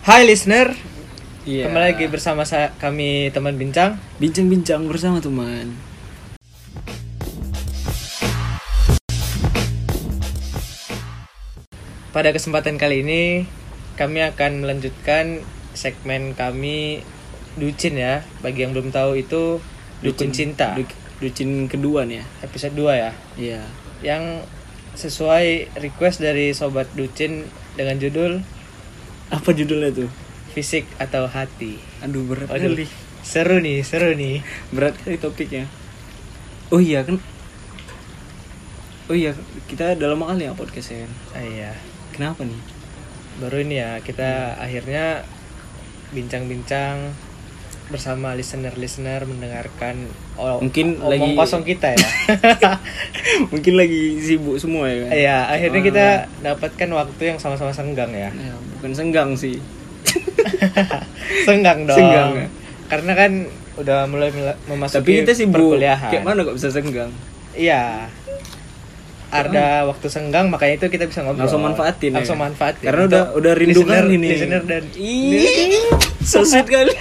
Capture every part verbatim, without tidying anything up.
Hai listener, Iya. kembali lagi bersama saya, kami teman bincang. Bincang-bincang bersama teman. Pada kesempatan kali ini, kami akan melanjutkan segmen kami Ducin ya. Bagi yang belum tahu itu Dukun Cinta. Du- Ducin kedua nih ya. Episode dua ya. Iya. Yang sesuai request dari Sobat Ducin dengan judul Apa judulnya tuh? Fisik atau Hati. Aduh berat Waduh, kali. seru nih, seru nih. Berat kali topiknya. Oh iya kan. Oh iya, kita udah lama kali ya podcastnya kan. Ah, iya. Kenapa nih? Baru ini ya kita hmm. akhirnya bincang-bincang bersama listener-listener mendengarkan o- Mungkin omong lagi kosong kita ya. Mungkin lagi sibuk semua ya kan. Iya, akhirnya Oh. kita dapatkan waktu yang sama-sama senggang ya. Ya, bukan senggang sih. Senggang dong. Senggang ya? Karena kan udah mulai mela- memasuki Tapi kita sibuk. perkuliahan. Kayak mana kok bisa senggang? Iya. Ada waktu senggang, makanya itu kita bisa ngobrol. Langsung manfaatin. Langsung ya? manfaatin. Karena Untuk udah udah rindu listener, kali nih. Listener dan Ih, so sweet kali.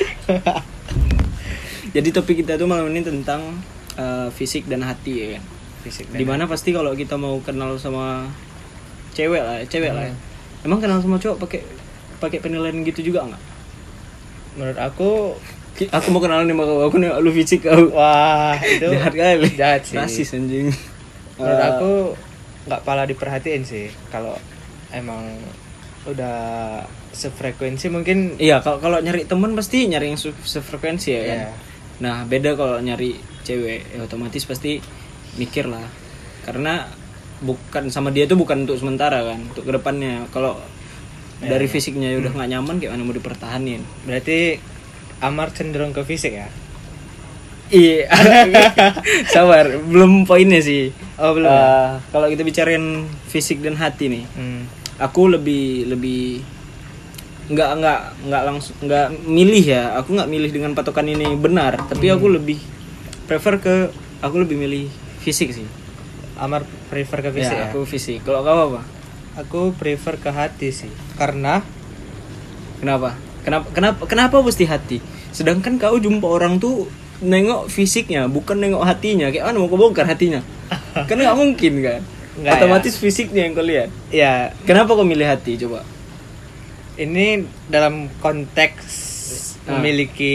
Jadi topik kita tuh malam ini tentang uh, fisik dan hati ya kan. fisik dan Dimana pasti kalau kita mau kenal sama cewek lah, cewek Hmm. lah. Ya. Emang kenal sama cowok pakai pakai penilaian gitu juga nggak? menurut aku Aku mau kenalan sama kau, aku nih lu fisik kau. wah itu Jahat kali. jahat sih. Rasis anjing. Menurut Uh, aku nggak pala diperhatiin sih kalau emang udah sefrekuensi mungkin. Iya, kalau kalau nyari teman pasti nyari yang se- sefrekuensi ya kan. Iya. Nah, beda kalau nyari cewek, ya otomatis pasti mikir lah. Karena bukan sama dia tuh bukan untuk sementara kan, untuk kedepannya. Kalau Ya. dari fisiknya udah nggak nyaman, kayak mana mau dipertahanin? Berarti Amar cenderung ke fisik ya. Iya, sabar, belum poinnya sih. Oh belum. Uh, kalau kita bicarain fisik dan hati nih, Hmm. aku lebih lebih nggak nggak nggak langsung nggak milih ya. Aku nggak milih dengan patokan ini benar, tapi Hmm. aku lebih prefer ke aku lebih milih fisik sih. Amar prefer ke fisik ya. Ya, aku fisik. Kalau kau apa? Aku prefer ke hati sih. Karena Kenapa? Kenapa kenapa kenapa mesti hati? Sedangkan kau jumpa orang tuh nengok fisiknya, bukan nengok hatinya. Kayak mana mau kau bongkar hatinya? Kan nggak mungkin kan? Nggak, Otomatis fisiknya yang kau lihat. ya Kenapa kau milih hati coba? ini dalam konteks Ah. memiliki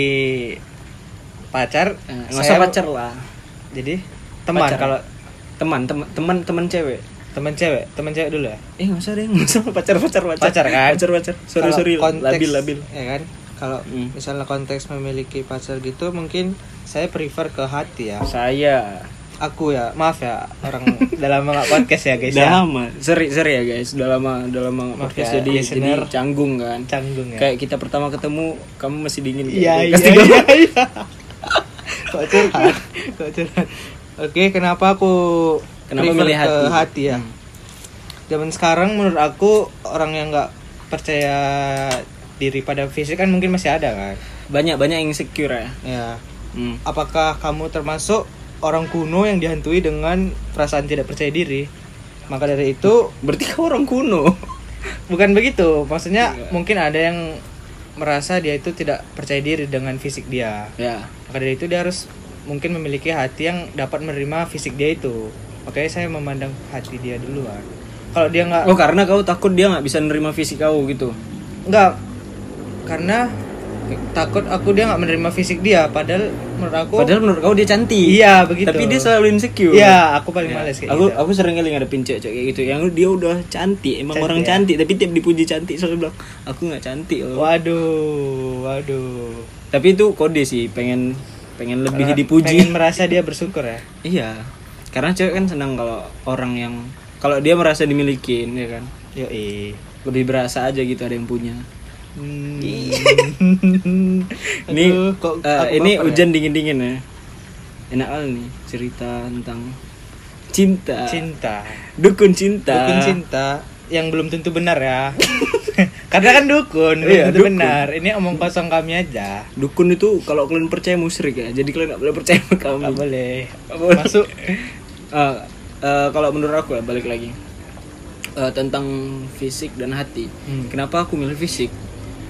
pacar. Eh, nggak saya- usah pacar lah. Jadi teman Pacar. kalau Teman, teman, teman, teman cewek. teman cewek, teman cewek dulu ya. Eh nggak usah deh, nggak usah pacar, pacar, pacar. Pacar kan? Pacar, pacar. Sorry, Kalau sorry. konteks- Labil, labil. Ya kan? Kalau Hmm. misalnya konteks memiliki pacar gitu, mungkin saya prefer ke hati ya. Saya. Aku ya, maaf ya orang udah lama nggak podcast ya guys Udah ya. lama, seri, seri ya guys. Udah lama, udah lama nggak Maaf podcast ya, jadi, jadi listener. canggung kan. Canggung ya. Kayak kita pertama ketemu, kamu masih dingin. kayak Iya iya kulkas iya. tiga. iya. Kok curhat? Kok curhat? Oke, kenapa aku Kenapa prefer milih ke hati? hati ya? Hmm. Zaman sekarang menurut aku orang yang nggak percaya diri pada fisik kan mungkin masih ada kan. Banyak, banyak yang insecure ya. Ya. Hmm. Apakah kamu termasuk orang kuno yang dihantui dengan perasaan tidak percaya diri? Maka dari itu Berarti kau orang kuno. bukan begitu. Maksudnya Iya. mungkin ada yang merasa dia itu tidak percaya diri dengan fisik dia. Ya. Maka dari itu dia harus mungkin memiliki hati yang dapat menerima fisik dia itu. Makanya saya memandang hati dia duluan. Kalau dia nggak, Oh karena kau takut dia nggak bisa nerima fisik kau gitu. nggak, karena takut aku dia nggak menerima fisik dia. Padahal menurut aku, Padahal menurut kau dia cantik. iya begitu. Tapi dia selalu insecure. Iya, aku paling Ya. males kayak Aku gitu. aku sering kali ngadepin cewek kayak gitu. Yang dia udah cantik, emang Cantik orang ya? cantik. Tapi tiap dipuji cantik selalu bilang aku nggak cantik loh. Waduh, waduh. Tapi itu kode sih, pengen pengen lebih Karena dipuji. Pengen merasa dia bersyukur ya. Iya. Karena cewek kan senang kalau orang yang kalau dia merasa dimilikin ya kan. Yoi. Lebih berasa aja gitu ada yang punya. Hmm. Ini Aduh, kok eh, aku ini baper ya? hujan dingin-dingin ya. Enak kali nih cerita tentang cinta. Cinta. Dukun cinta. Dukun cinta yang belum tentu benar ya. Karena kan dukun, belum Iya, tentu dukun. benar. Ini omong kosong kami aja. Dukun itu kalau kalian percaya musyrik ya. Jadi kalian gak boleh percaya sama kami. Gak boleh. Nggak boleh. Masuk. Eh, eh, kalau menurut aku ya balik lagi. Eh, tentang fisik dan hati. Hmm. Kenapa aku milih fisik?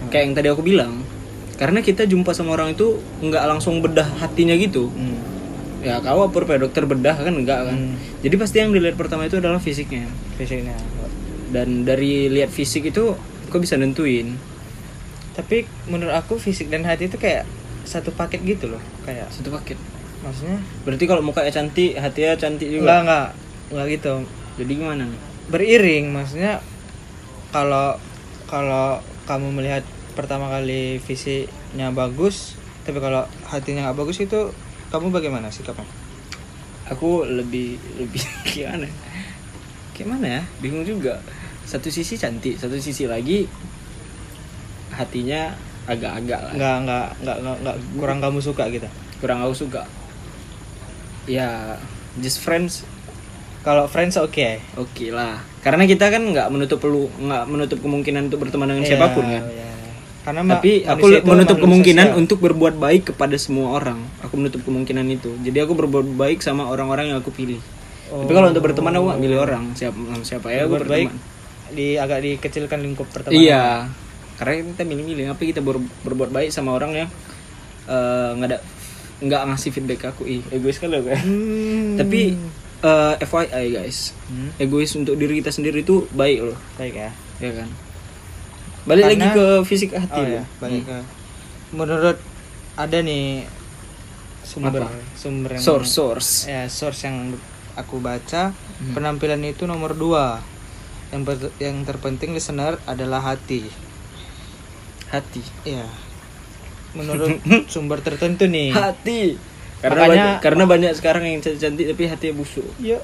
Kayak yang tadi aku bilang, karena kita jumpa sama orang itu nggak langsung bedah hatinya gitu. Hmm. Ya kau apa ya dokter bedah kan enggak kan. Hmm. Jadi pasti yang dilihat pertama itu adalah fisiknya. Fisiknya. Dan dari lihat fisik itu kau bisa nentuin. Tapi menurut aku fisik dan hati itu kayak satu paket gitu loh, kayak Satu paket. maksudnya Berarti kalau mukanya cantik, hatinya cantik juga. enggak enggak enggak gitu. Jadi gimana nih? Beriring, maksudnya kalau kalau kamu melihat pertama kali fisiknya bagus, tapi kalau hatinya nggak bagus itu kamu bagaimana sikapnya? Aku lebih lebih gimana? Gimana ya? Bingung juga. Satu sisi cantik, satu sisi lagi hatinya agak-agak lah. Nggak nggak nggak nggak, nggak kurang kamu suka gitu. Kurang aku suka. Ya, just friends. Kalau friends oke. Okay. Oke lah. Karena kita kan nggak menutup perlu nggak menutup kemungkinan untuk berteman dengan Iya, siapapun kan. iya. Karena ma- Tapi aku manusia itu menutup makhluk kemungkinan sosial. untuk berbuat baik kepada semua orang. Aku menutup kemungkinan itu. Jadi aku berbuat baik sama orang-orang yang aku pilih. Oh. Tapi kalau untuk berteman aku nggak milih orang. Siapa siapa ya aku Berbuat baik berteman. di agak dikecilkan lingkup pertemanan. Iya. Karena kita milih-milih. Tapi kita ber- berbuat baik sama orang yang eh, nggak ada nggak ngasih feedback ke aku. Ih, egois kan loh kan. Hmm. Tapi eh, F Y I guys, Hmm. egois untuk diri kita sendiri itu baik loh, Baik ya. ya kan. Balik Karena- lagi ke fisik hati Oh loh. ya, balik Hmm. ke menurut ada nih sumber Apa? sumber yang Source source. ya source yang aku baca, Hmm. penampilan itu nomor dua, yang ber- yang terpenting listener adalah hati. Hati. Ya, menurut sumber tertentu nih. Hati. Karena Makanya- banyak, karena banyak sekarang yang cantik-cantik tapi hatinya busuk. Yo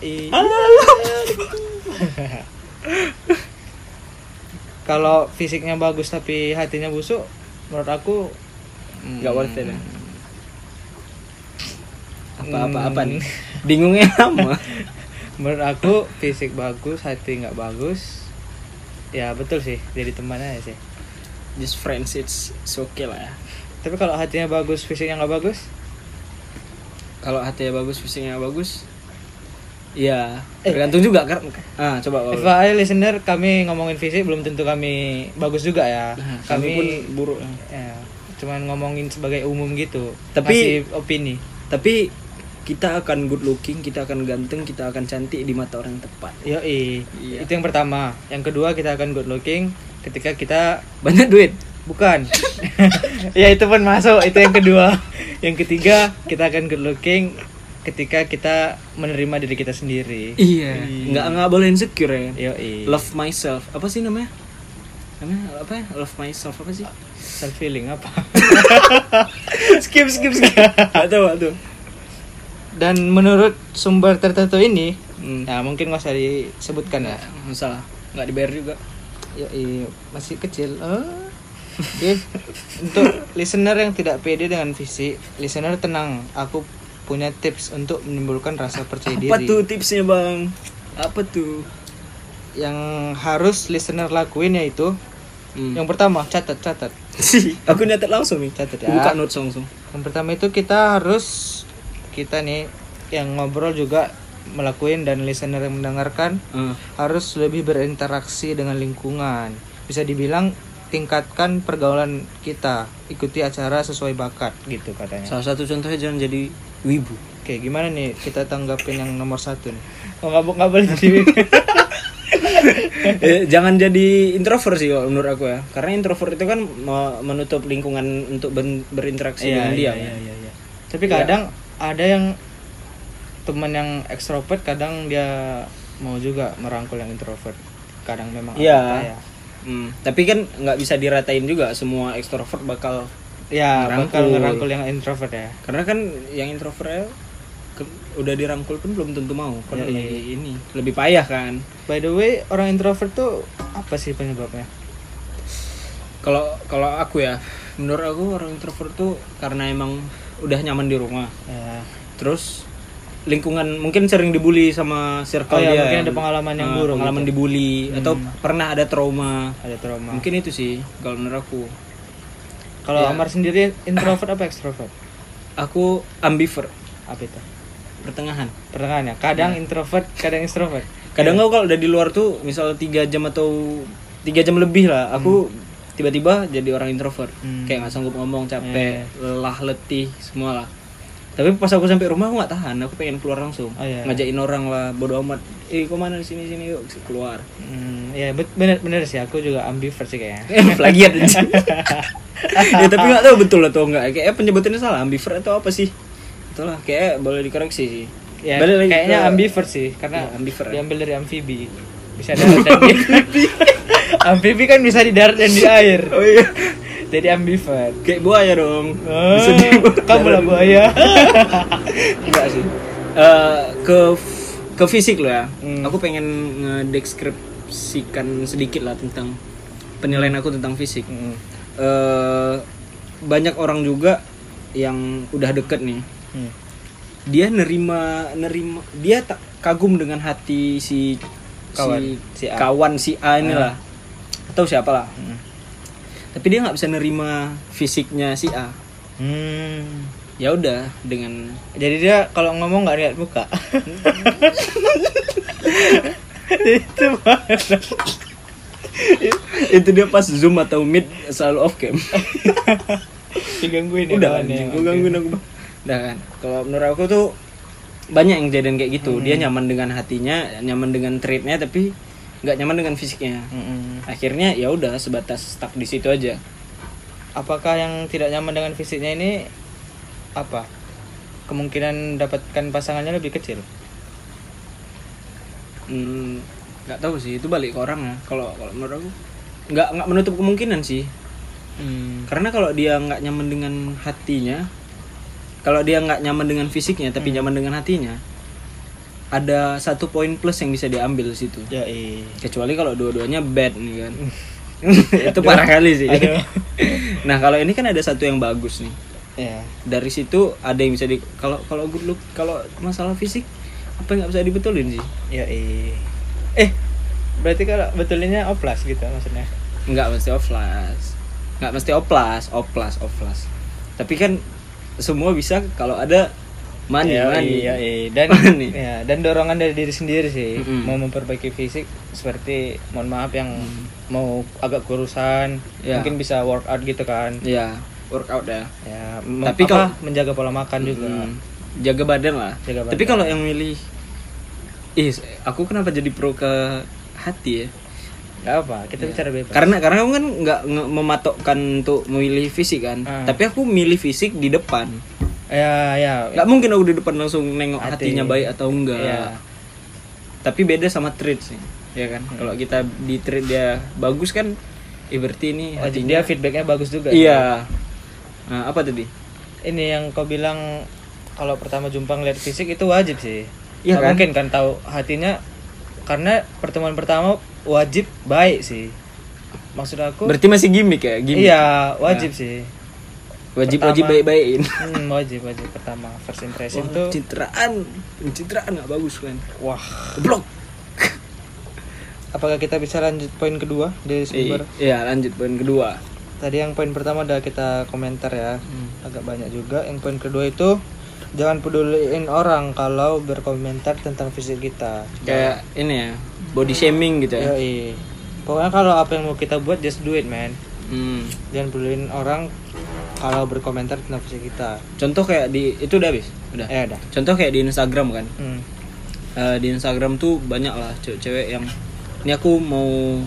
Kalau fisiknya bagus tapi hatinya busuk, menurut aku Nggak worth it ya. Apa apa Hmm. apa nih? Bingungnya sama. menurut aku fisik bagus, hati nggak bagus. Ya betul sih, jadi teman aja sih. Just friends, it's, it's okay lah ya. Tapi kalau hatinya bagus, fisiknya nggak bagus, Kalau hatinya bagus, fisiknya bagus, ya Eh. tergantung juga kan. Ah, coba F Paul. Y I listener, kami ngomongin fisik belum tentu kami bagus juga ya. Nah, kami, kami pun buruk. ya, cuman ngomongin sebagai umum gitu. Tapi- Ngasih opini. Tapi kita akan good looking, kita akan ganteng, kita akan cantik di mata orang yang tepat. Yoi. Iya. Itu yang pertama. Yang kedua kita akan good looking ketika kita Banyak duit. bukan. Ya itu pun masuk, itu yang kedua. Yang ketiga kita akan good looking ketika kita menerima diri kita sendiri. Iya. Iya. Nggak nggak boleh insecure ya. Yoi. Love myself. Apa sih namanya? Namanya apa ya? Love myself apa sih? Self feeling apa? skip skip skip. Atau atau. Dan menurut sumber tertentu ini, Hmm. ya mungkin nggak usah disebutkan ya. Masalah. Nggak dibayar juga. Yoi, masih kecil. Oh. Oke, untuk listener yang tidak pede dengan fisik, listener tenang. Aku punya tips untuk menimbulkan rasa percaya Apa diri. tuh tipsnya bang? Apa tuh? Yang harus listener lakuin yaitu, Hmm. yang pertama catat catat. Aku nyatet langsung nih. Catat ya. Buka notes langsung. Yang pertama itu kita harus kita nih yang ngobrol juga melakukan dan listener yang mendengarkan Ah. harus lebih berinteraksi dengan lingkungan. Bisa dibilang tingkatkan pergaulan kita, ikuti acara sesuai bakat gitu katanya. Salah satu contohnya jangan jadi wibu. Oke, gimana nih kita tanggapin yang nomor satu nih? Oh nggak bo- nggak boleh jadi. eh, jangan jadi introvert sih kalau menurut aku ya. Karena introvert itu kan me- menutup lingkungan untuk ben- berinteraksi dengan dia. iya, kan? iya, iya. Tapi Iya. kadang ada yang teman yang ekstrovert, kadang dia mau juga merangkul yang introvert. Kadang memang Iya. apa ya? Hmm, tapi kan nggak bisa diratain juga semua ekstrovert bakal. Ya, Ngerangkul. bakal ngerangkul yang introvert ya. Karena kan yang introvert ya, ke- udah dirangkul pun belum tentu mau. Kan Iya, lebih ini lebih payah kan. By the way, orang introvert tuh apa sih penyebabnya? Kalau kalau aku ya, menurut aku orang introvert tuh karena emang udah nyaman di rumah. Ya. Terus lingkungan mungkin sering dibully sama Oh circle ya, dia. mungkin ada pengalaman yang Ah, buruk pengalaman gitu. dibully atau Hmm. pernah ada trauma. Ada trauma. Mungkin itu sih kalau menurut aku. Kalau Ya. Amar sendiri introvert apa ekstrovert? Aku ambivert, Apa itu? pertengahan. Pertengahan ya. Kadang introvert, kadang extrovert. Kadang aku kalau udah di luar tuh misal tiga jam atau tiga jam lebih lah, aku Hmm. tiba-tiba jadi orang introvert. Hmm. Kayak nggak sanggup ngomong, capek, Yeah. lelah, letih, semua lah. Tapi pas aku sampai rumah aku nggak tahan, aku pengen keluar langsung. Oh, iya. Ngajakin orang lah, bodo amat. Eh, kau mana di sini sini yuk keluar. Hmm, ya bet- bener bener sih, aku juga ambivert sih kayaknya. Eh, plagiat aja. Ya tapi nggak tahu betul atau enggak. Kayak penyebutannya salah, ambivert atau apa sih? Itulah, kayak boleh dikoreksi sih. Ya, Balik lagi kayaknya ke- ambivert sih, karena Ya, ambivert. diambil dari amfibi. Bisa darat dan di amfibi kan bisa di darat dan di air. Oh iya. Jadi ambivert. Kayak buaya dong. Oh, Bisa di kamu lah buaya. Enggak sih. Eh, ke ke fisik lo ya. Hmm. Aku pengen ngedeskripsikan sedikit lah tentang penilaian aku tentang fisik. Hmm. Eh, banyak orang juga yang udah deket nih. Hmm. Dia nerima nerima dia tak kagum dengan hati si Kawan, si, si A. kawan si A inilah. Atau siapa lah. Hmm. Tapi dia nggak bisa nerima fisiknya si A. Hmm. Ya udah dengan Jadi dia kalau ngomong nggak lihat muka. Itu mana? itu dia pas zoom atau meet selalu off cam. Digangguin ya Udah kawannya. anjing, gue gangguin aku. Udah kan. Kalau menurut aku tuh banyak yang jadian kayak gitu. Hmm. Dia nyaman dengan hatinya, nyaman dengan treatnya, tapi nggak nyaman dengan fisiknya. Mm-mm. Akhirnya ya udah sebatas stuck di situ aja. Apakah yang tidak nyaman dengan fisiknya ini apa? Kemungkinan dapatkan pasangannya lebih kecil. Hmm, nggak tahu sih, itu balik ke orang ya. Kalau kalau menurut aku nggak nggak menutup kemungkinan sih. Hmm. Karena kalau dia nggak nyaman dengan hatinya, kalau dia nggak nyaman dengan fisiknya tapi Hmm. nyaman dengan hatinya, ada satu poin plus yang bisa diambil di situ. Ya iya. Kecuali kalau dua-duanya bad nih kan. Itu parah kali sih. Aduh. Nah, kalau ini kan ada satu yang bagus nih. Ya. Dari situ ada yang bisa di kalau kalau good look, kalau masalah fisik apa yang nggak bisa dibetulin sih? Ya iya. Eh, berarti kalau betulinnya oplas gitu maksudnya. Nggak mesti oplas. Nggak mesti oplas, oplas, oplas. Tapi kan semua bisa kalau ada money, Ya, money. iya, iya. Dan Money. ya, dan dorongan dari diri sendiri sih. Mm-mm. Mau memperbaiki fisik seperti mohon maaf yang mau agak kurusan, Ya. mungkin bisa workout gitu kan. Ya, workout ya. Ya, mem- Tapi apa, kalau- menjaga pola makan juga. Hmm, jaga badan lah. Jaga badan. Tapi kalau yang milih, ih, aku kenapa jadi pro ke hati ya? Gak apa, kita bicara bebas. Karena karena aku kan nggak nge- mematokkan untuk memilih fisik kan. Ah. Tapi aku milih fisik di depan. Ya, ya. Nggak mungkin aku di depan langsung nengok Hati. hatinya baik atau enggak. Ya. Tapi beda sama treat sih, ya kan? Hmm. Kalau kita di treat dia bagus kan, eh berarti ini Oh, hatinya. dia feedbacknya bagus juga. Iya. Nah, apa tadi? Ini yang kau bilang kalau pertama jumpa ngeliat fisik itu wajib sih. Iya Nggak kan? mungkin kan tahu hatinya, karena pertemuan pertama wajib baik sih. Maksud aku. Berarti masih gimmick ya? Gimmick. Iya, wajib sih. Wajib Pertama- wajib baik-baikin. Hmm, wajib wajib pertama first impression Wah, tuh. citraan, citraan nggak bagus kan? Wah. Blok. Apakah kita bisa lanjut poin kedua dari sumber? Iya, lanjut poin kedua. Tadi yang poin pertama udah kita komentar ya. Hmm. Agak banyak juga. Yang poin kedua itu jangan peduliin orang kalau berkomentar tentang fisik kita. Kayak ini ya, body shaming gitu ya. Yoi. Pokoknya kalau apa yang mau kita buat just do it man. Hmm. Jangan peduliin orang kalau berkomentar tentang fisik kita. Contoh kayak di itu udah habis, udah. Ya udah. Contoh kayak di Instagram kan. Hmm. Eh, di Instagram tuh banyak lah cewek-cewek yang ini aku mau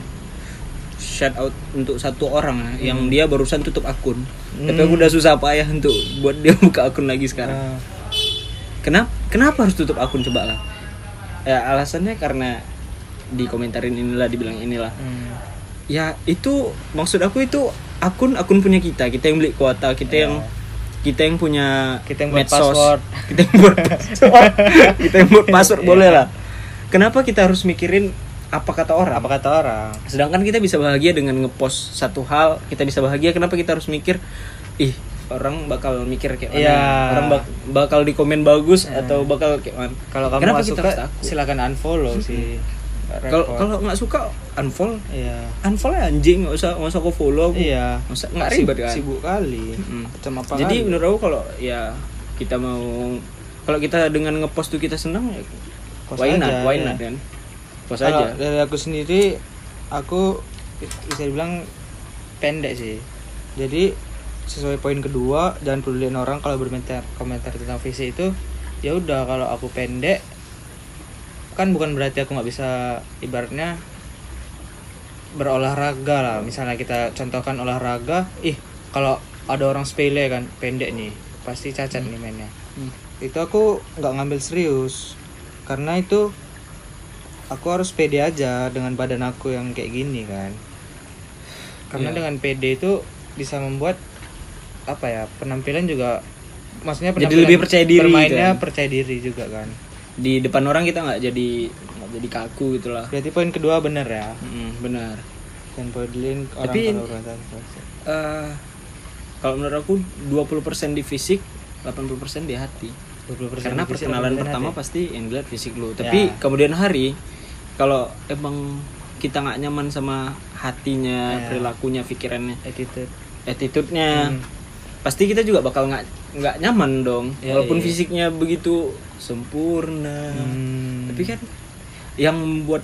shout out untuk satu orang ya, yang dia barusan tutup akun. Hmm. Tapi aku udah susah payah untuk buat dia buka akun lagi sekarang. Ah. Kenapa kenapa harus tutup akun coba lah? Ya alasannya karena dikomentarin inilah, dibilang inilah. Hmm. Ya itu maksud aku itu akun akun punya kita, kita yang beli kuota, kita Ya. yang kita yang punya Kita yang buat medsos, password. kita yang buat password, kita yang buat password boleh lah. Kenapa kita harus mikirin apa kata orang? Apa kata orang? Sedangkan kita bisa bahagia dengan ngepost satu hal, kita bisa bahagia. Kenapa kita harus mikir, ih orang bakal mikir kayak mana? Iya. Orang bak- bakal di komen bagus atau bakal kayak mana? Kalau kamu Kenapa nggak kita suka, harus takut? silakan unfollow sih. Kalau Repot. kalau nggak suka unfollow, iya. unfollow ya anjing, nggak usah nggak usah kau follow aku. Iya. Nggak usah- nggak ribet kan? Sibuk kali. Mm. Macam apa Jadi kali. menurut aku kalau ya kita mau kalau kita dengan ngepost tuh kita senang ya Post why aja, not, why ya. not kan? Post Kalau aja. dari aku sendiri, aku bisa dibilang pendek sih. Jadi sesuai poin kedua, jangan peduliin orang kalau berkomentar komentar tentang fisik itu. Ya udah, kalau aku pendek kan bukan berarti aku nggak bisa ibaratnya berolahraga lah. Misalnya kita contohkan olahraga, ih kalau ada orang sepele kan pendek nih pasti cacat hmm. nih mainnya. Hmm. Itu aku nggak ngambil serius karena itu aku harus pede aja dengan badan aku yang kayak gini kan. Karena yeah. dengan pede itu bisa membuat apa ya, penampilan juga, maksudnya penampilan jadi lebih percaya diri, bermainnya kan? percaya diri juga kan. Di depan orang kita nggak jadi nggak jadi kaku gitulah. Berarti poin kedua benar ya. Mm, benar. Dan pedulin orang. Tapi kalau uh, kalau menurut aku dua puluh persen di fisik, delapan puluh persen di hati. dua puluh persen Karena fisik, perkenalan pertama hati. pasti yang dilihat fisik lu. Tapi ya. kemudian hari kalau emang kita nggak nyaman sama hatinya, ya. perilakunya, pikirannya, attitude, attitude-nya, hmm. pasti kita juga bakal nggak nggak nyaman dong. Ya, walaupun iya. fisiknya begitu sempurna, hmm. tapi kan yang membuat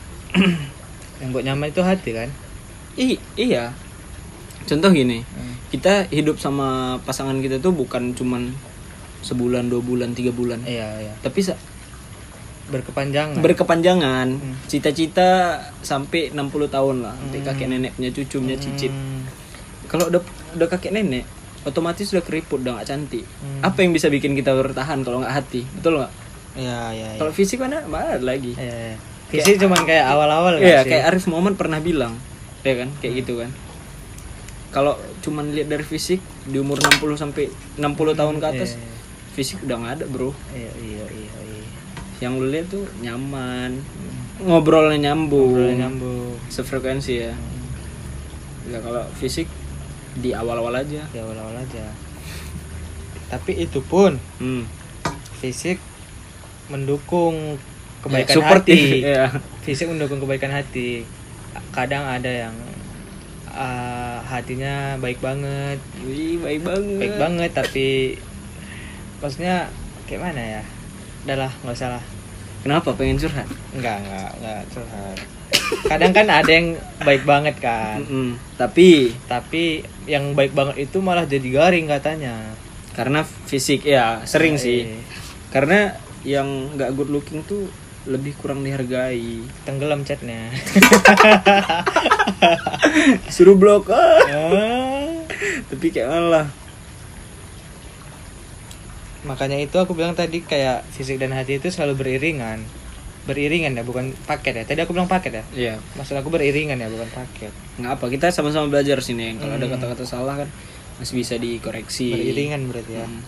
yang buat nyaman itu hati kan. I- iya. Contoh gini, hmm. kita hidup sama pasangan kita tuh bukan cuman sebulan, dua bulan, tiga bulan. Iya, iya. Tapi sa- berkepanjangan. Berkepanjangan. Hmm. Cita-cita sampai enam puluh tahun lah, sampai hmm. kakek nenek punya cucu, punya cicit. Hmm. Kalau udah udah kakek nenek, otomatis udah keriput, udah gak cantik. Hmm. Apa yang bisa bikin kita bertahan kalau nggak hati? Betul nggak? Iya, iya. Ya. Kalau fisik mana? Mana ada lagi. Iya, iya. Fisik cuman kayak awal-awal. Iya, kayak Arif Muhammad pernah bilang, ya kan, kayak hmm. gitu kan. Kalau cuman lihat dari fisik di umur enam puluh sampai enam puluh tahun ke atas, yeah. fisik udah nggak ada, bro. Iya, iya, iya, iya. Yang lu lihat tuh nyaman, hmm. ngobrolnya nyambung, ngobrolnya nyambung, sefrekuensi ya. Hmm. Ya kalau fisik di awal-awal aja, di awal-awal aja. Tapi itu pun hmm. fisik mendukung kebaikan ya, hati. Ya. Fisik mendukung kebaikan hati. Kadang ada yang uh, hatinya baik banget, wih baik banget, baik banget, tapi maksudnya kayak mana ya? Udahlah, nggak usah lah. Kenapa, pengen curhat? Enggak, enggak, enggak curhat. Kadang kan ada yang baik banget kan. Mm-mm. Tapi, tapi yang baik banget itu malah jadi garing katanya. Karena fisik ya, sering nah, sih. iya. Karena yang nggak good looking tuh lebih kurang dihargai. Tenggelam chatnya. Suruh blok. Ah. Tapi kayak mana lah. Makanya itu aku bilang tadi kayak fisik dan hati itu selalu beriringan. Beriringan ya, bukan paket ya. Tadi aku bilang paket ya? Iya. Maksud aku beriringan ya, bukan paket. Nggak apa, kita sama-sama belajar sini. Kalau hmm. ada kata-kata salah kan masih bisa dikoreksi. Beriringan berarti ya. Hmm.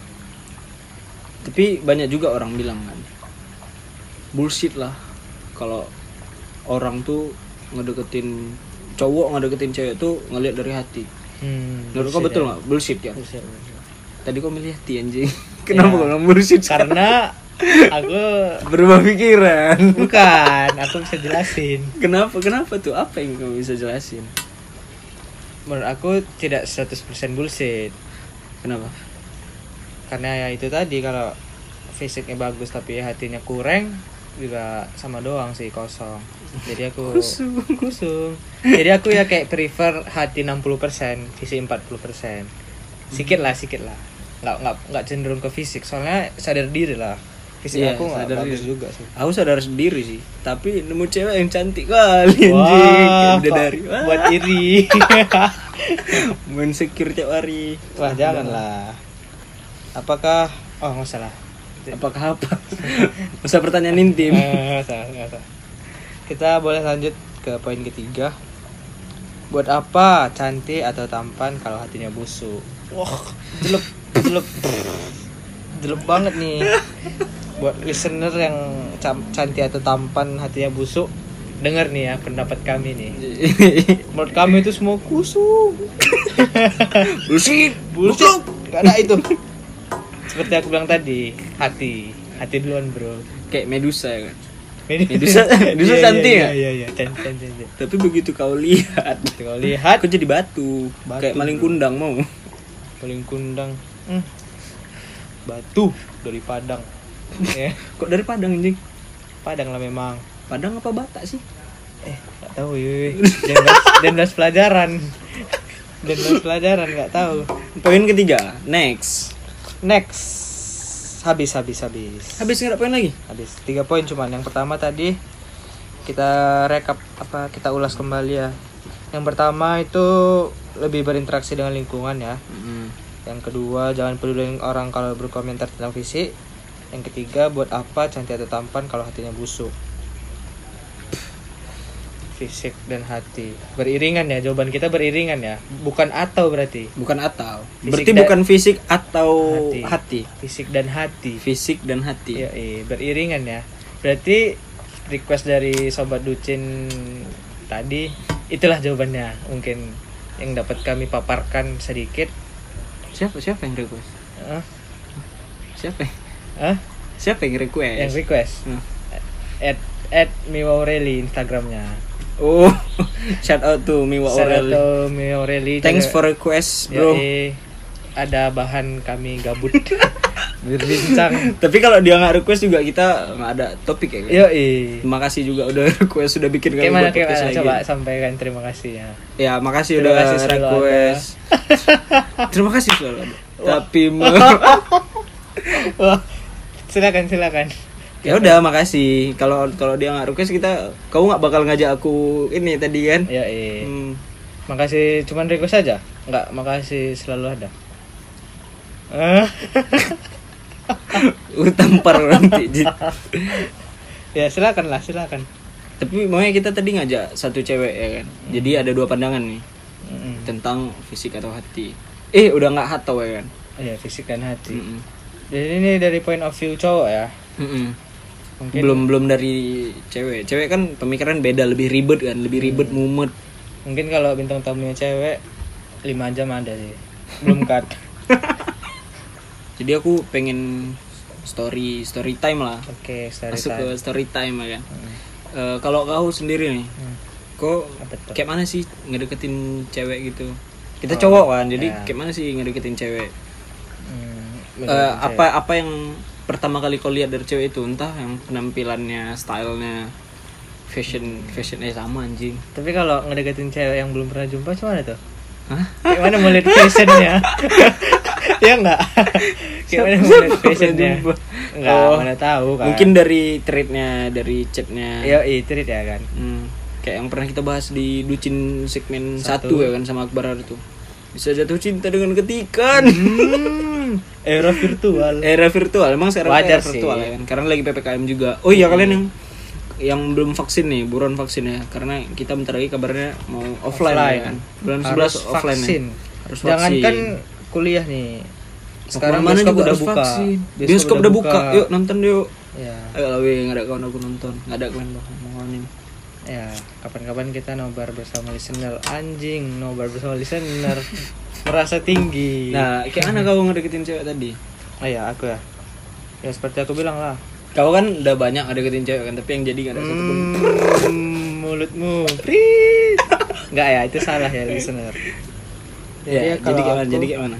Tapi banyak juga orang bilang kan, bullshit lah kalau orang tuh ngedeketin cowok, ngedeketin cewek tuh ngelihat dari hati. Hmm, menurut kau betul nggak? Ya. Bullshit ya? Bullshit, bullshit. Tadi kau milih hati anjing. Kenapa kau ngomong bullshit? Karena aku berubah pikiran. Bukan, aku bisa jelasin. Kenapa? Kenapa tuh? Apa yang kamu bisa jelasin? Menurut aku tidak seratus persen bullshit. Kenapa? Karena ya itu tadi, kalau fisiknya bagus tapi hatinya kurang juga sama doang sih, kosong. Jadi aku kusung. kusung. Jadi aku ya kayak prefer hati enam puluh persen, fisik empat puluh persen. Sikit lah, sikit lah. Nggak, nggak, nggak cenderung ke fisik, soalnya sadar diri lah. Fisik yeah, aku nggak bagus diri. Juga sih. Aku sadar sendiri sih, tapi nemu cewek yang cantik kali anjing. Udah dari buat iri. Main secure tiap hari. Wah, janganlah. Apakah oh nggak salah. Apakah apa? Masa pertanyaan intim. Nggak salah, nggak salah. Kita boleh lanjut ke poin ketiga. Buat apa cantik atau tampan kalau hatinya busuk? Wah, jelek, jelek, jelek banget nih. Buat listener yang cantik atau tampan hatinya busuk, dengar nih ya pendapat kami nih. Menurut kami itu semua kusuk. Bullshit, bullshit. Gak ada itu. Seperti aku bilang tadi, hati, hati duluan bro. Kayak Medusa ya kan. Medusa, Medusa cantik ya. Iya iya, cantik cantik. Tapi begitu kau lihat, kau lihat, kau jadi batu, batu kayak maling bro. Kundang mau. Maling kundang. Hmm. Batu dari Padang. Kok dari Padang anjing? Padang lah memang. Padang apa Batak sih? Eh, nggak tahu yui. Dan belas, dan belas pelajaran. Dan belas pelajaran nggak tahu. Poin ketiga, next. Next. Habis habis habis. Habis nggak ada poin lagi? Habis. Tiga poin cuman. Yang pertama tadi kita rekap apa kita ulas kembali ya. Yang pertama itu lebih berinteraksi dengan lingkungan ya. Mm. Yang kedua jangan peduli orang kalau berkomentar tentang fisik. Yang ketiga buat apa cantik atau tampan kalau hatinya busuk. Fisik dan hati beriringan ya, jawaban kita beriringan ya, bukan atau berarti Bukan atau. Fisik Berarti dan- bukan fisik atau hati. hati. Fisik dan hati. Fisik dan hati. Iya, iya, beriringan ya. Berarti request dari sobat Ducin tadi itulah jawabannya, mungkin yang dapat kami paparkan sedikit. Siapa siapa yang request? Hah? Siapa? Hah? Siapa yang request? Yang request Hmm. at at Miwa Aureli Instagramnya. Oh, shout out to Miwa Aureli. Serato Miwa Aureli. Thanks juga- for request, bro. Yoi, ada bahan kami gabut berbincang. Tapi kalau dia nggak request juga kita nggak ada topik ya. Kan? Yoi. Terima kasih juga udah request, sudah bikin kami Gimana buat podcast gimana lagi. coba sampaikan terima kasih ya. Ya, makasih Terima udah kasih selalu request. Terima kasih selalu ada. Tapi me- Wah, silakan silakan. ya udah makasih. Kalau kalau dia nggak request kita, kau nggak bakal ngajak aku ini tadi kan? Ya iya. Hmm. Makasih cuman request saja. Enggak, makasih selalu ada. Eh. Uh, tampar nanti. Ya silakan lah, silakan. Tapi maunya kita tadi ngajak satu cewek ya kan. Jadi ada dua pandangan nih Mm-mm. tentang fisik atau hati. Eh udah nggak hatau ya kan? Iya, fisik dan hati. Mm-mm. Jadi ini dari point of view cowok ya. Mm-mm. Mungkin Belum belum dari cewek. Cewek kan pemikiran beda, lebih ribet kan, lebih ribet mumet. mungkin kalau bintang tamunya cewek lima jam ada sih. Belum cut. Jadi aku pengen story story time lah. Oke, story Masuk ke time. story time ya kan. Hmm. Eh, kalau kau sendiri nih, Hmm. kok Apa tuh? kayak mana sih ngedeketin cewek gitu? Kita cowok kan, jadi ya. kayak mana sih ngedeketin cewek? Hmm, Eh, apa apa yang pertama kali kau lihat dari cewek itu? Entah yang penampilannya, stylenya, fashion fashionnya sama anjing. Tapi kalau ngedeketin cewek yang belum pernah jumpa gimana tuh? Hah? Kayak mana mau lihat fashionnya? Ya enggak? Kayak mana mau lihat fashionnya? jumpa? Enggak, Oh, mana tahu kan. Mungkin dari treatnya, dari chatnya. Yo, treat ya kan. Hmm, kayak yang pernah kita bahas di Ducin segmen Satu. satu ya kan sama Akbar hari itu. Bisa jatuh cinta dengan ketikan. Hmm, era virtual. Era virtual, emang sekarang Wajar era sih. virtual ya kan. Karena lagi P P K M juga. Oh iya kalian yang yang belum vaksin nih, buruan vaksin ya. Karena kita bentar lagi kabarnya mau offline, ya kan. Bulan sebelas Harus offline vaksin. ya. Harus Jangan vaksin. kan kuliah nih. Sekarang mana bioskop juga udah harus buka. vaksin. Bioskop udah buka. Yuk nonton yuk. Ya. Ayo lah weh, nggak ada kawan aku nonton. Nggak ada kawan aku nontonin. Ya, kapan-kapan kita nobar bersama listener. Anjing, nobar bersama listener. Merasa tinggi. Nah, kayak mana kau ngedeketin cewek tadi? Oh ya, aku ya. Ya seperti aku bilang lah. Kau kan udah banyak ngedeketin cewek kan, tapi yang jadi nggak ada satu pun. Hmm, mulutmu. Prit. Enggak ya, itu salah ya listener. Ya, kalau jadi kayak mana? aku- Jadi kayak mana?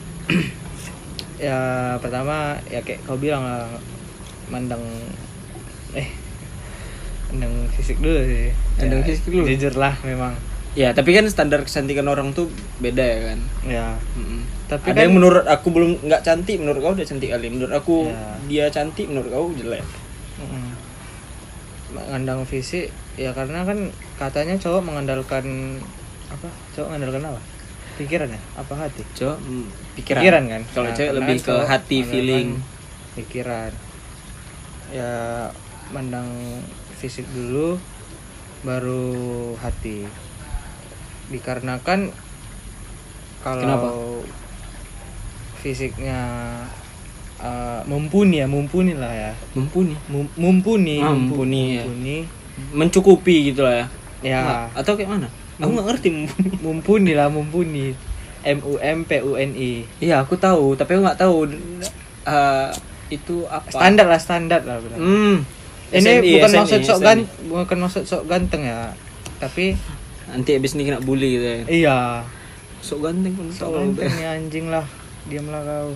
Ya pertama ya kayak kau bilang lah, mandang eh mandang fisik dulu sih. Mandang Ya, fisik dulu. Jujur lah memang. Ya, tapi kan standar kecantikan orang tuh beda ya kan. Ya. Mm-mm. Tapi Ada kan yang menurut aku belum nggak cantik, menurut kau udah cantik kali. Menurut aku Ya. dia cantik, menurut kau jelek. mm, mengandang fisik ya karena kan katanya cowok mengandalkan apa? Cowok mengandalkan apa? Pikiran ya? Apa hati? Cowok mm, pikiran. Pikiran kan. Kalau Nah, cewek karena lebih kan ke cowok hati, mengandalkan feeling. Pikiran. Ya mandang fisik dulu baru hati. Dikarenakan kalau Kenapa? fisiknya uh, mumpuni ya, mumpuni lah ya. Mumpuni. Mum- mumpuni, Ah, mumpu- mumpuni, ya. mumpuni. Mencukupi gitu lah ya. Ya, Nggak, atau kayak mana? Aku nggak ngerti mumpuni. mumpuni lah, mumpuni. M U M P U N I. Iya, aku tahu, tapi aku nggak tahu eh, itu apa. Standar lah, standar lah bilang. Hmm. Ini S N I, bukan S N I, maksud sok S N I. gan, bukan maksud sok ganteng ya. Tapi Nanti abis ini kena bully gitu ya. iya, Sok ganteng pun sok tahu. ganteng ya anjing lah. Diamlah kau.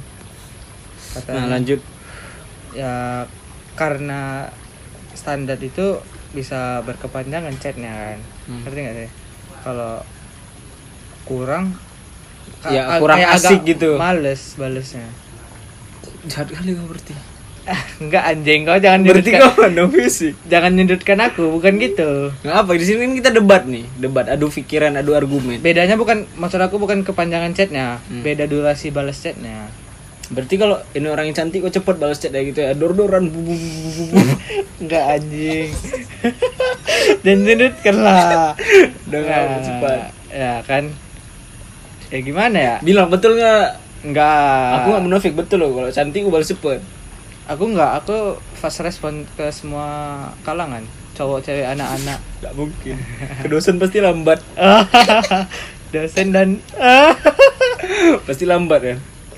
Katanya. Nah, lanjut. Ya karena standar itu bisa berkepanjangan chatnya kan. Hmm. Ngerti nggak sih? Kalau kurang Ya, a- kurang kayak asik agak gitu. Males balesnya. Jahat kali kau berarti. Enggak anjing, kau jangan Berarti nyudutkan, kau novis sih. jangan nyudutkan aku, bukan gitu. Nggak apa, di sini kan kita debat nih, debat adu pikiran, adu argumen. Bedanya bukan, maksud aku bukan kepanjangan chatnya, Hmm. beda durasi balas chatnya. Berarti kalau ini orang yang cantik kok cepet balas chat kayak gitu ya, dor-doran bu bu bu bu bu. Enggak anjing. Dan nyudutkan lah. Udah Nah, nggak cepat. Ya kan. Ya gimana ya? Bilang betul nggak? Enggak. Aku nggak munafik, betul loh, kalau cantik gue balas cepet. Aku enggak, aku fast respon ke semua kalangan, cowok, cewek, anak-anak. Nggak mungkin. Ke dosen pasti lambat. Dosen dan Pasti lambat kan.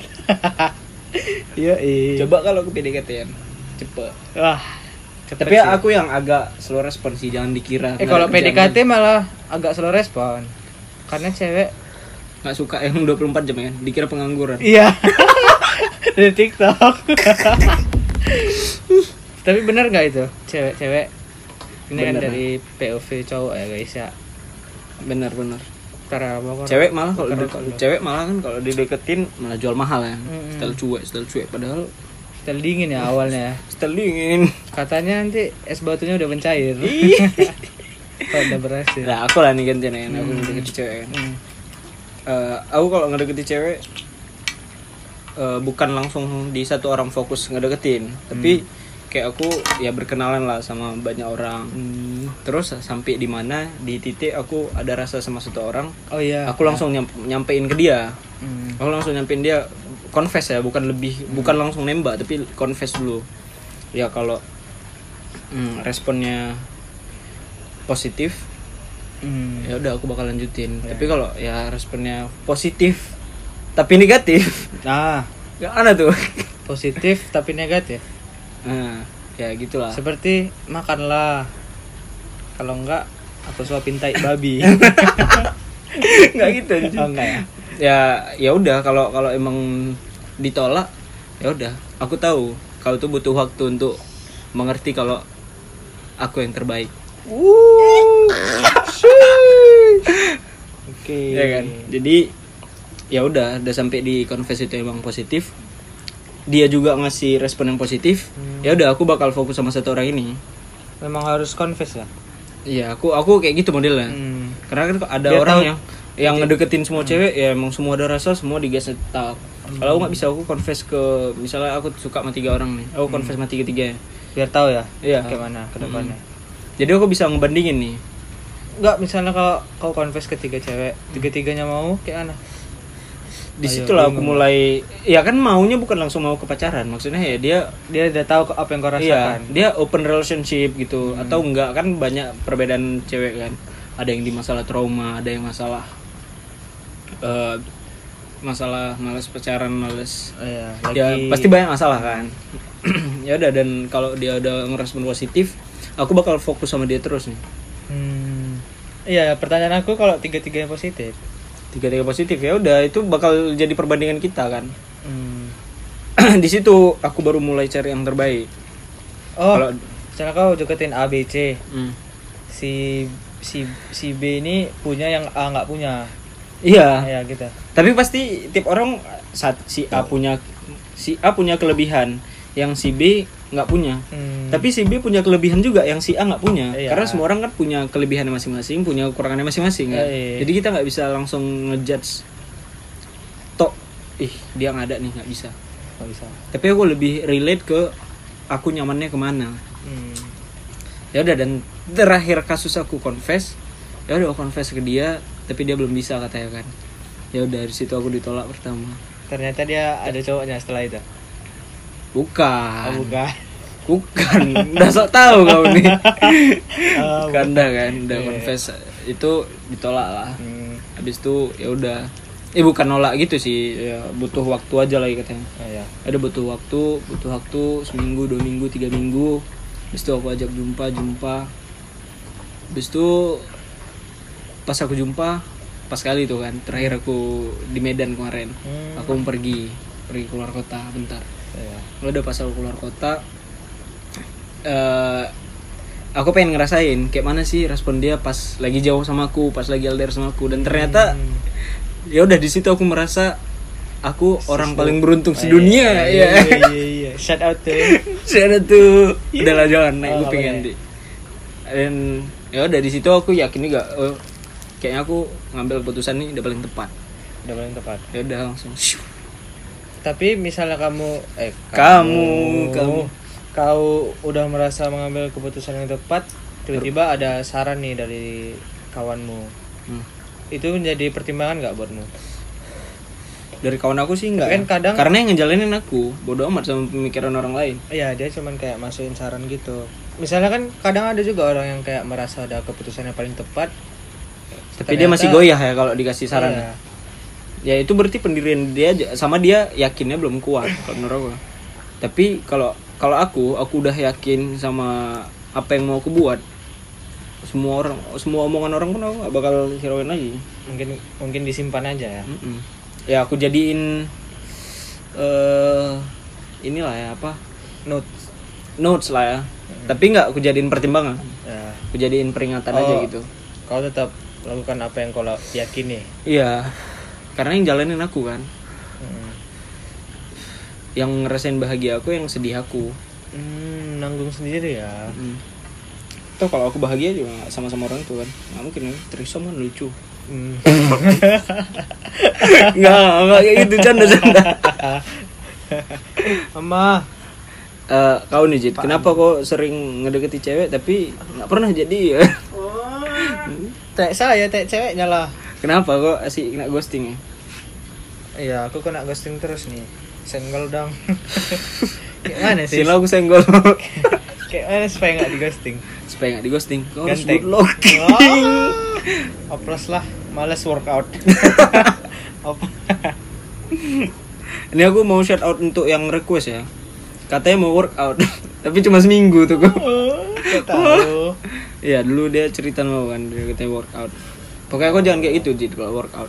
iya, iya. Coba kalau ke P D K T-an cepet. Wah. cepet Tapi sih. aku yang agak slow respon sih, jangan dikira. Eh nggak kalau ada P D K T kerjaan. malah agak slow respon. Karena cewek Nggak suka yang dua puluh empat jam ya, dikira pengangguran. iya. Dari TikTok. Tapi benar nggak itu? Cewek-cewek ini kan Bener. dari P O V cowok ya guys ya. Bener-bener. Karena apa? Cewek malah kalau Karena di- kalau- cewek malah kan kalau dideketin malah jual mahal ya. Mm-mm. Style cuek, style cuek padahal Style dingin ya awalnya. style dingin. Katanya nanti es batunya udah mencair. Oh, udah berhasil. Nah, aku lah nih gantian ya, aku Hmm. ngedeketi cewek kan. Hmm. Eh, aku kalau ngedeketi cewek eh, bukan langsung di satu orang fokus ngedeketin, tapi kayak aku ya berkenalan lah sama banyak orang. Hmm. Terus sampai di mana di titik aku ada rasa sama satu orang, Oh iya. aku langsung nyam- nyampein ke dia. Hmm. Aku langsung nyampein dia, confess ya, bukan lebih bukan langsung nembak tapi confess dulu. Ya kalau hmm, responnya positif, Hmm. ya udah aku bakal lanjutin. Ya. Tapi kalau ya responnya positif tapi negatif, Nah, gak ada tuh. positif tapi negatif. Nah, ya gitulah. Seperti makanlah. Kalau enggak aku suapin tai babi. Nggak gitu. anjing. Oh enggak ya. Ya ya udah, kalau kalau emang ditolak ya udah, aku tahu kau tuh butuh waktu untuk mengerti kalau aku yang terbaik. Oke. Ya kan, jadi ya udah udah sampai di confess itu emang positif, dia juga ngasih respon yang positif. Hmm. Ya udah, aku bakal fokus sama satu orang ini. Memang harus confess ya. Iya, aku aku kayak gitu modelnya. Hmm. Karena kan ada Dia orang tahu- yang yang ngedeketin semua cewek, ya emang semua ada rasa, semua digas tetap. Kalau aku nggak bisa, aku confess ke, misalnya aku suka sama tiga orang nih, aku confess sama tiga tiga. Biar tahu ya. Iya. Gimana ke depannya. Jadi aku bisa ngebandingin nih. Enggak, misalnya kalau kau confess ke tiga cewek, tiga-tiganya mau kayak mana? Di Ayo, situlah aku bingung. mulai, ya kan maunya bukan langsung mau ke pacaran, maksudnya ya dia Dia udah tahu apa yang kau iya, rasakan. dia open relationship gitu, atau enggak, kan banyak perbedaan cewek kan. Ada yang di masalah trauma, ada yang masalah eh, masalah malas pacaran, malas. Oh, iya, Ya lagi pasti banyak masalah kan. Ya udah, dan kalau dia udah ngerespon positif, aku bakal fokus sama dia terus nih. Hmm. Iya, pertanyaan aku kalau tiga-tiganya positif. Tiga-tiga positif, ya udah, itu bakal jadi perbandingan kita kan. Hmm. Di situ aku baru mulai cari yang terbaik. Oh, Kalau misalnya kau deketin A B C, hmm. si si si B ini punya yang A nggak punya. Iya, Ya gitu. tapi pasti tiap orang saat si A punya si A punya kelebihan yang si B nggak punya. Hmm. Tapi si B punya kelebihan juga yang si A nggak punya. Iya. Karena semua orang kan punya kelebihannya masing-masing, punya kekurangannya masing-masing kan. Iya. Jadi kita nggak bisa langsung ngejudge tok, ih dia nggak ada nih, nggak bisa. nggak bisa. Tapi aku lebih relate ke aku nyamannya kemana. Hmm. Ya udah, dan terakhir kasus aku confess, ya udah aku confess ke dia, tapi dia belum bisa katanya kan. Ya udah, dari situ aku ditolak pertama. Ternyata dia ada cowoknya setelah itu. Bukan. Oh, bukan. Bukan. Udah sok tahu kau nih. Oh, Bukan dah kan, udah Iya. confess itu ditolak lah. Hmm. Habis itu ya udah. Eh bukan nolak gitu sih, ya butuh waktu aja lagi katanya. Oh, iya. Ada butuh waktu, butuh waktu seminggu, dua minggu, tiga minggu. Habis itu aku ajak jumpa, jumpa. Habis itu pas aku jumpa, pas kali itu kan, terakhir aku di Medan kemarin. Hmm. Aku mau pergi, pergi keluar kota bentar. Iya. Udah pas aku keluar kota, eh aku pengen ngerasain kayak mana sih respon dia pas lagi jauh sama aku, pas lagi L D R sama aku, dan ternyata hmm. ya udah di situ aku merasa aku Sis orang paling beruntung sedunia. Iya iya iya. Shout out tuh. Shout out tuh. Udahlah jangan naik oh, kuping nanti. Dan ya udah di situ aku yakin juga oh, kayaknya aku ngambil keputusan nih udah paling tepat. Udah paling tepat. Ya udah langsung. Tapi misalnya kamu eh kamu kamu, kamu kau udah merasa mengambil keputusan yang tepat, tiba-tiba ada saran nih dari kawanmu. Hmm. Itu menjadi pertimbangan nggak buatmu? Dari kawan aku sih enggak. Kan kadang karena yang ngejalanin aku, bodo amat sama pemikiran orang lain. Iya, dia cuman kayak masukin saran gitu. Misalnya kan kadang ada juga orang yang kayak merasa ada keputusan yang paling tepat, tapi ternyata, dia masih goyah ya kalau dikasih saran. Iya. Ya itu berarti pendirian dia sama dia yakinnya belum kuat kalau menurut aku. Tapi kalau kalau aku, aku udah yakin sama apa yang mau aku buat. Semua orang, semua omongan orang pun aku gak bakal hirauin lagi. Mungkin mungkin disimpan aja ya. Mm-mm. Ya aku jadiin uh, inilah ya apa notes notes lah ya. Hmm. Tapi nggak aku jadiin pertimbangan. Ya. Aku jadiin peringatan oh, aja gitu. Kau tetap lakukan apa yang kau yakini. Iya. Karena yang jalanin aku kan. Hmm. Yang ngerasain bahagia aku, yang sedih aku. Hmm, nanggung sendiri ya. Hmm. Tuh kalau aku bahagia juga sama-sama orang itu kan. Nggak mungkin kan. Trisom kan lucu. Hmm. nggak nggak kayak gitu, canda-canda. Mama, uh, kau nih Jit, kenapa kau sering ngedeketi cewek tapi nggak pernah jadi ya? Oh, tek saya tek ceweknya lah. Kenapa kok asik kena ghosting ya? Iya, aku kena ghosting terus nih. Senggol dong. Kayak mana sih? Sila aku senggol. Kayak mana supaya nggak di ghosting? Supaya nggak di ghosting, kau harus good looking. Oh. Oplos lah, males workout. Ini aku mau shout out untuk yang request ya. Katanya mau workout, tapi cuma seminggu tuh kok. Gak tahu. Iya dulu dia cerita mau kan, dia katanya workout. Pokoknya aku jangan kayak itu Jit kalau workout.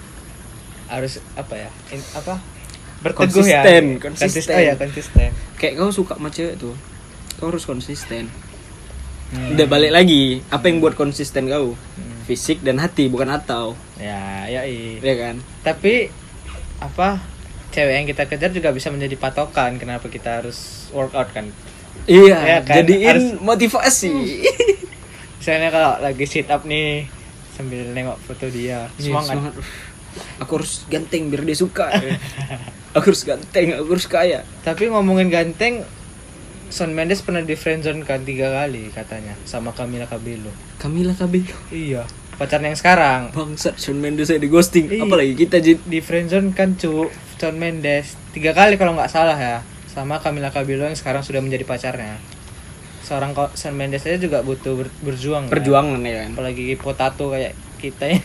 Harus apa ya? In, apa? Berteguh konsisten, ya. Konsisten. Oh ya konsisten. Kayak kau suka sama cewek tuh, kau harus konsisten. Hmm. Udah balik lagi, apa yang buat konsisten kau? Hmm. Fisik dan hati, bukan atau. Ya, ya iya. Iya kan? Tapi apa? Cewek yang kita kejar juga bisa menjadi patokan kenapa kita harus workout kan? Iya, ya kan? Jadiin harus motivasi. Misalnya kalau lagi sit up nih sambil nengok foto dia, semangat. semangat. Aku harus ganteng biar dia suka. Aku harus ganteng, aku harus kaya. Tapi ngomongin ganteng, Shawn Mendes pernah di friendzone kan tiga kali katanya sama Camila Cabello. Camila Cabello? Iya. Pacarnya yang sekarang. Bangsat, Shawn Mendes saya di ghosting. Iyi. Apalagi kita di friendzone kan cu, Shawn Mendes tiga kali kalau nggak salah ya, sama Camila Cabello yang sekarang sudah menjadi pacarnya. Seorang Shawn Mendes aja juga butuh ber, berjuang. Perjuangan kan? Ya kan. Apalagi potato kayak kita ya.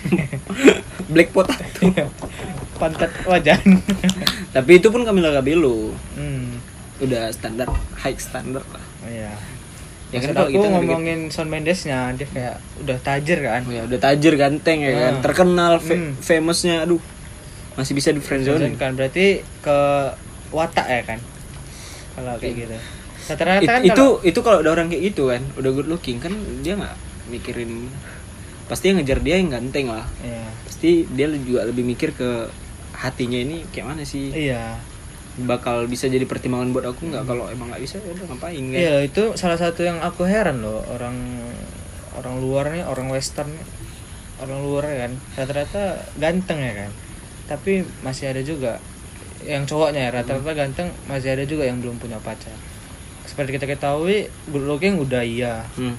Black potato. Pantat wajan. Tapi itu pun Camila Cabello. Hmm. Udah standar, high standar lah. Oh iya. Ya kan kalau kita ngomongin Shawn Mendesnya, dia kayak udah tajir kan. Oh ya, udah tajir, ganteng ya nah. kan. Terkenal, fa- hmm. famousnya, aduh. Masih bisa di friendzone kan. Berarti ke watak ya kan. Kalau kayak gitu. Rata-rata It, kan itu kalau... itu kalau ada orang kayak gitu kan, udah good looking kan dia enggak mikirin, pasti yang ngejar dia yang ganteng lah. Iya. Pasti dia juga lebih mikir ke hatinya ini kayak mana sih. Iya. Bakal bisa jadi pertimbangan buat aku nggak? Kalau emang nggak bisa ya udah ngapain kan? Iya, itu salah satu yang aku heran loh, orang orang luar nih, orang western nih, orang luar kan rata-rata ganteng ya kan, tapi masih ada juga yang cowoknya ya rata-rata hmm. ganteng, masih ada juga yang belum punya pacar. Seperti kita ketahui, good looking udah iya. Hmm.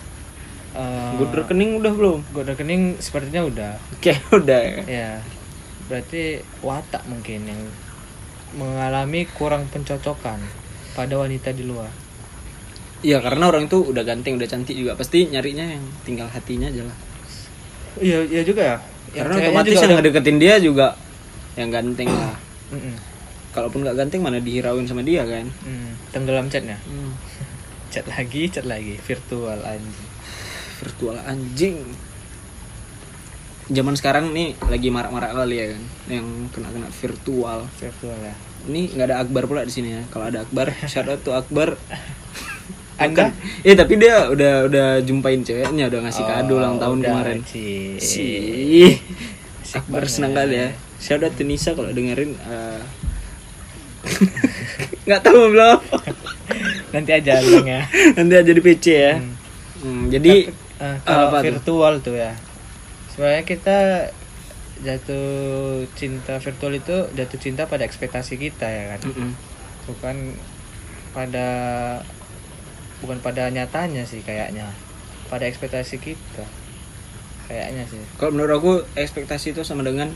Uh, good rekening udah belum? Good rekening sepertinya udah. Oke, okay, udah ya. Ya, berarti watak mungkin yang mengalami kurang pencocokan pada wanita di luar. Iya, karena orang itu udah ganteng, udah cantik juga, pasti nyarinya yang tinggal hatinya aja lah. Iya, iya juga ya. Karena otomatis yang udah... ngedeketin dia juga yang ganteng lah. Kalaupun nggak ganteng mana dihirauin sama dia kan? Mm. Tenggelam chatnya. Mm. Chat lagi, chat lagi, virtual anjing. Virtual anjing. Zaman sekarang nih lagi marak-marak kali ya kan, yang kena-kena virtual. Virtual ya. Ini nggak ada Akbar pula di sini ya. Kalau ada Akbar, shout out to Akbar. Anda? Eh tapi dia udah udah jumpain ceweknya, udah ngasih kado ulang tahun udah, kemarin. Ci. Sih. Asik Akbar banget. senang kali ya. Shout out to Nisa kalau dengerin. Uh... Nggak tahu mau bilang apa. Nanti aja bilang ya. Nanti aja di P C ya. Hmm. Hmm, jadi Tapi, uh, kalau apa virtual tuh? tuh ya. Sebenarnya kita jatuh cinta virtual itu jatuh cinta pada ekspektasi kita ya kan. Mm-mm. Bukan pada bukan pada nyatanya sih kayaknya. Pada ekspektasi kita. Kayaknya sih. Kalau menurut aku ekspektasi itu sama dengan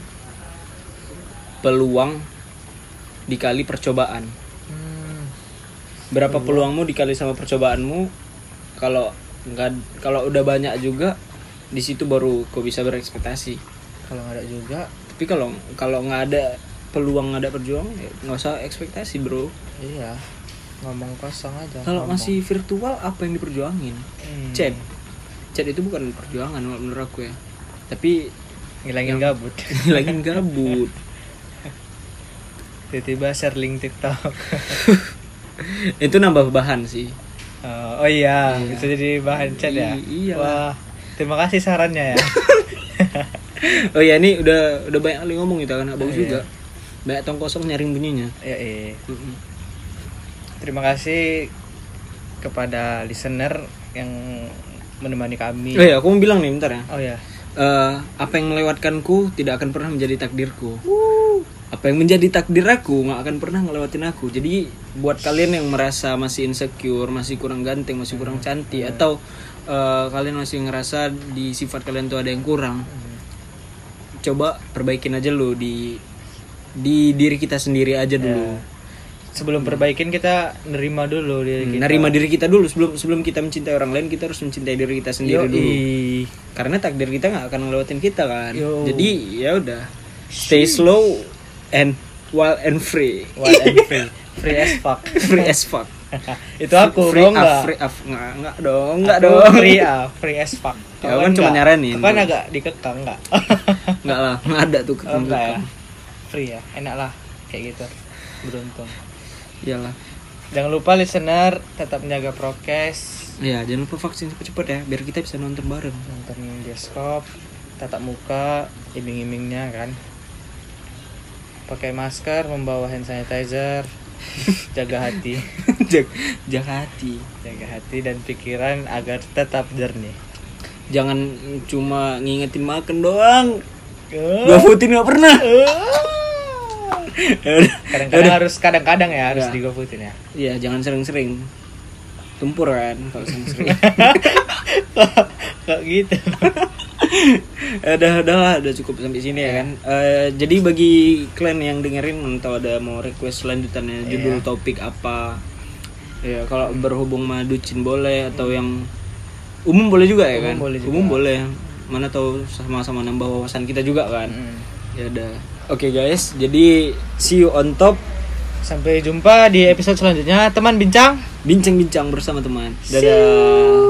peluang dikali percobaan. Hmm. Berapa peluangmu dikali sama percobaanmu? Kalau nggak kalau udah banyak juga, di situ baru kau bisa berekspektasi. Kalau nggak ada juga, Tapi kalau kalau nggak ada peluang, nggak ada perjuangan, ya nggak usah ekspektasi bro. iya, ngomong kosong aja. Kalau ngomong. masih virtual, apa yang diperjuangin? Hmm. Chat, chat itu bukan perjuangan menurut aku ya. Tapi ngilangin yang- gabut. lagi gabut. Tiba-tiba share link TikTok. Itu nambah bahan sih. Oh, oh iya, Iya. bisa jadi bahan chat ya. I- iya. Wah, terima kasih sarannya ya. Oh ya, ini udah udah banyak kali ngomong kita kan, nggak bagus Iya. juga. Banyak tong kosong nyaring bunyinya. Ya, eh. Mm-mm. Terima kasih kepada listener yang menemani kami. Oh ya, aku mau bilang nih bentar ya. Oh ya. Eh, apa yang melewatkanku tidak akan pernah menjadi takdirku. Apa yang menjadi takdir aku nggak akan pernah ngelewatin aku. Jadi buat kalian yang merasa masih insecure, masih kurang ganteng, masih kurang cantik, atau eh, kalian masih ngerasa di sifat kalian tuh ada yang kurang, coba perbaikin aja lu di di diri kita sendiri aja dulu. Sebelum perbaikin kita nerima dulu diri Hmm, kita. nerima diri kita dulu sebelum sebelum kita mencintai orang lain, kita harus mencintai diri kita sendiri Yoi. dulu. Karena takdir kita nggak akan ngelewatin kita kan. Yo. Jadi ya udah, stay slow and wild and free. Wild and free. Free as fuck. Free as fuck. Itu aku free dong ah, enggak? free ah, nggak nggak dong, nggak Aku dong. Free ah, free as fuck. Ya, Kau kan cuma enggak? nyaranin. Kau kan agak dikekang enggak? Nggak lah, nggak ada tuh Oh, enggak ya. kekang. Free ya, enak lah kayak gitu. Beruntung. Iyalah. Jangan lupa listener tetap menjaga prokes, Ya, jangan lupa vaksin cepet-cepet ya, biar kita bisa nonton bareng. nonton bioskop, tatap muka, iming-imingnya kan. Pakai masker, membawa hand sanitizer, jaga hati, Jag- jaga hati. jaga hati dan pikiran agar tetap jernih. Jangan cuma ngingetin makan doang. GoFoodin nggak pernah. Kadang-kadang harus kadang-kadang ya harus Ya. digofoodin ya. Iya, jangan sering-sering. Tumpur kan kalau sering-sering. Kok gitu? udah, udah lah, udah cukup sampai sini ya kan. Eh, jadi bagi kalian yang dengerin atau ada mau request selanjutannya judul Iya. topik apa, ya kalau berhubung maducin boleh, atau yang umum boleh juga ya Umum kan. boleh juga. Umum boleh. Mana tahu sama-sama nambah wawasan kita juga kan. Mm. Ya udah. Oke guys, jadi see you on top. Sampai jumpa di episode selanjutnya, teman bincang. Bincang-bincang bersama teman. Dadah.